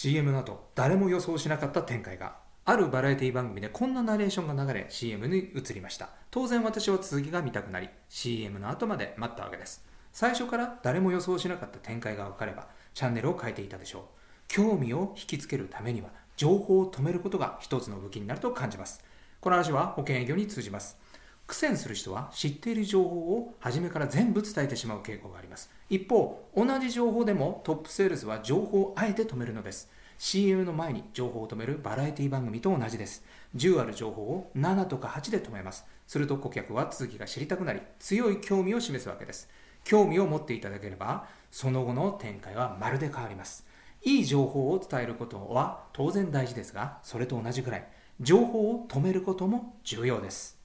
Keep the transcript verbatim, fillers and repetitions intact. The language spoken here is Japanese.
シーエム の後、誰も予想しなかった展開が。あるバラエティ番組でこんなナレーションが流れ シーエム に移りました。当然私は続きが見たくなり シーエム の後まで待ったわけです。最初から誰も予想しなかった展開が分かればチャンネルを変えていたでしょう。興味を引きつけるためには情報を止めることが一つの武器になると感じます。この話は保険営業に通じます。苦戦する人は知っている情報を初めから全部伝えてしまう傾向があります。一方、同じ情報でもトップセールスは情報をあえて止めるのです。シーエム の前に情報を止めるバラエティ番組と同じです。じゅうある情報をななとかはちで止めます。すると顧客は続きが知りたくなり、強い興味を示すわけです。興味を持っていただければ、その後の展開はまるで変わります。いい情報を伝えることは当然大事ですが、それと同じくらい、情報を止めることも重要です。